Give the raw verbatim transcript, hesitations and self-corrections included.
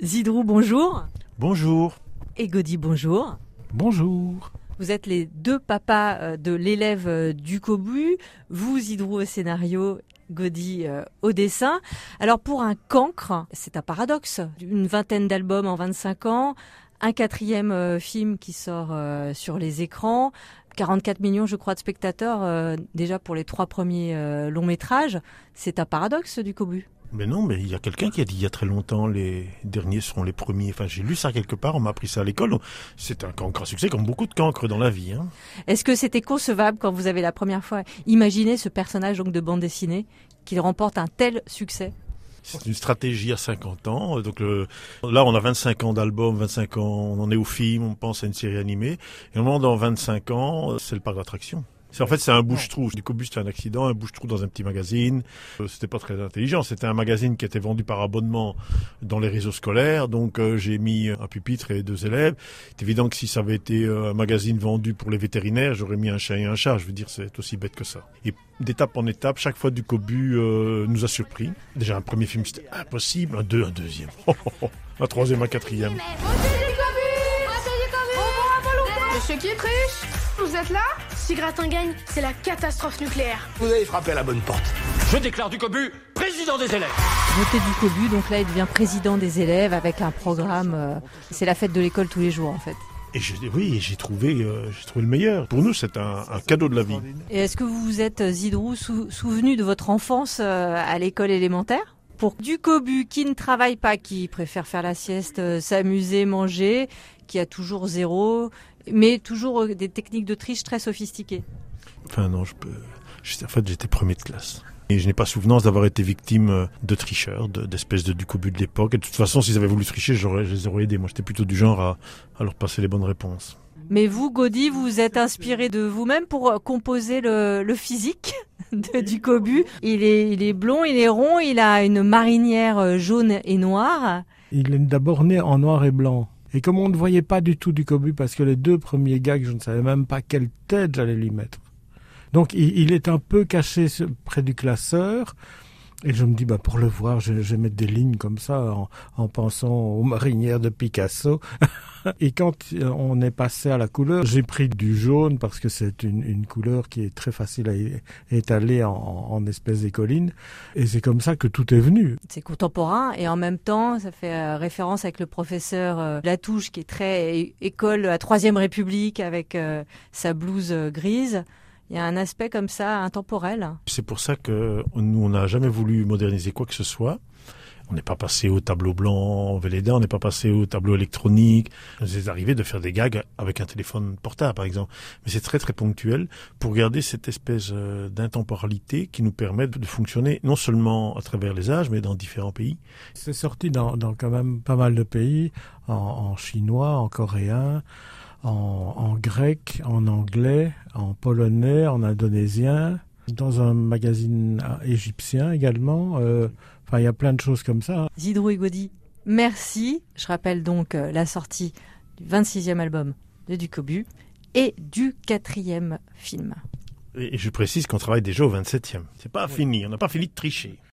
Zidrou, bonjour. Bonjour. Et Gaudi, bonjour. Bonjour. Vous êtes les deux papas de l'élève du Cobu. Vous, Zidrou, au scénario, Gaudi euh, au dessin. Alors pour un cancre, c'est un paradoxe. Une vingtaine d'albums en vingt-cinq ans, un quatrième euh, film qui sort euh, sur les écrans, quarante-quatre millions je crois de spectateurs euh, déjà pour les trois premiers euh, longs métrages. C'est un paradoxe du Cobu. Mais non, mais il y a quelqu'un qui a dit il y a très longtemps les derniers seront les premiers. Enfin, j'ai lu ça quelque part, on m'a appris ça à l'école. C'est un cancre à succès, comme beaucoup de cancres dans la vie. Hein. Est-ce que c'était concevable quand vous avez la première fois imaginé ce personnage donc de bande dessinée qu'il remporte un tel succès? C'est une stratégie à cinquante ans. Donc euh, là, on a vingt-cinq ans d'album, vingt-cinq ans, on en est au film, on pense à une série animée. Et au moment dans vingt-cinq ans, c'est le parc d'attraction. C'est, en fait, c'est un bouche-trou. Du Cobu, c'était un accident, un bouche-trou dans un petit magazine. Euh, c'était pas très intelligent. C'était un magazine qui était vendu par abonnement dans les réseaux scolaires. Donc, euh, j'ai mis un pupitre et deux élèves. C'est évident que si ça avait été euh, un magazine vendu pour les vétérinaires, j'aurais mis un chien et un chat. Je veux dire, c'est aussi bête que ça. Et d'étape en étape, chaque fois du Cobu euh, nous a surpris. Déjà, un premier film, c'était impossible. Un deux, un deuxième. Un troisième, un quatrième. Monsieur qui triche, vous êtes là? Si Gratin gagne, c'est la catastrophe nucléaire. Vous avez frappé à la bonne porte. Je déclare du Cobu président des élèves. Voté du Cobu, donc là il devient président des élèves avec un programme, euh, c'est la fête de l'école tous les jours en fait. Et je, oui, j'ai trouvé, euh, j'ai trouvé le meilleur. Pour nous, c'est un, un cadeau de la vie. Et est-ce que vous vous êtes, Zidrou, sou- souvenu de votre enfance euh, à l'école élémentaire? Pour du Cobu qui ne travaille pas, qui préfère faire la sieste, euh, s'amuser, manger, qui a toujours zéro, mais toujours euh, des techniques de triche très sophistiquées. Enfin non, je peux. En fait, j'étais premier de classe. Et je n'ai pas souvenance d'avoir été victime de tricheurs, de, d'espèces de du Cobu de l'époque. Et de toute façon, s'ils avaient voulu tricher, j'aurais, je les aurais aidés. Moi, j'étais plutôt du genre à, à leur passer les bonnes réponses. Mais vous, Gaudi, vous vous êtes inspiré de vous-même pour composer le, le physique de, du Cobu. Il est, il est blond, il est rond, il a une marinière jaune et noire. Il est d'abord né en noir et blanc. Et comme on ne voyait pas du tout du Cobu, parce que les deux premiers gags, je ne savais même pas quelle tête j'allais lui mettre. Donc il, il est un peu caché près du classeur. Et je me dis, bah, pour le voir, je, je vais mettre des lignes comme ça, en, en pensant aux marinières de Picasso. Et quand on est passé à la couleur, j'ai pris du jaune parce que c'est une, une couleur qui est très facile à étaler en, en espèce d'écoline. Et c'est comme ça que tout est venu. C'est contemporain et en même temps, ça fait euh, référence avec le professeur euh, Latouche qui est très é- école à Troisième République avec euh, sa blouse euh, grise. Il y a un aspect comme ça, intemporel. C'est pour ça que nous, on n'a jamais voulu moderniser quoi que ce soit. On n'est pas passé au tableau blanc en Velleda, on n'est pas passé au tableau électronique. Il est arrivé de faire des gags avec un téléphone portable, par exemple. Mais c'est très, très ponctuel pour garder cette espèce d'intemporalité qui nous permet de fonctionner non seulement à travers les âges, mais dans différents pays. C'est sorti dans, dans quand même pas mal de pays, en, en chinois, en coréen, En, en grec, en anglais, en polonais, en indonésien, dans un magazine égyptien également. Euh, enfin, il y a plein de choses comme ça. Zidrou et Gaudi, merci. Je rappelle donc euh, la sortie du vingt-sixième album de du Cobu et du quatrième film. Et je précise qu'on travaille déjà au vingt-septième. C'est pas fini, on n'a pas fini de tricher.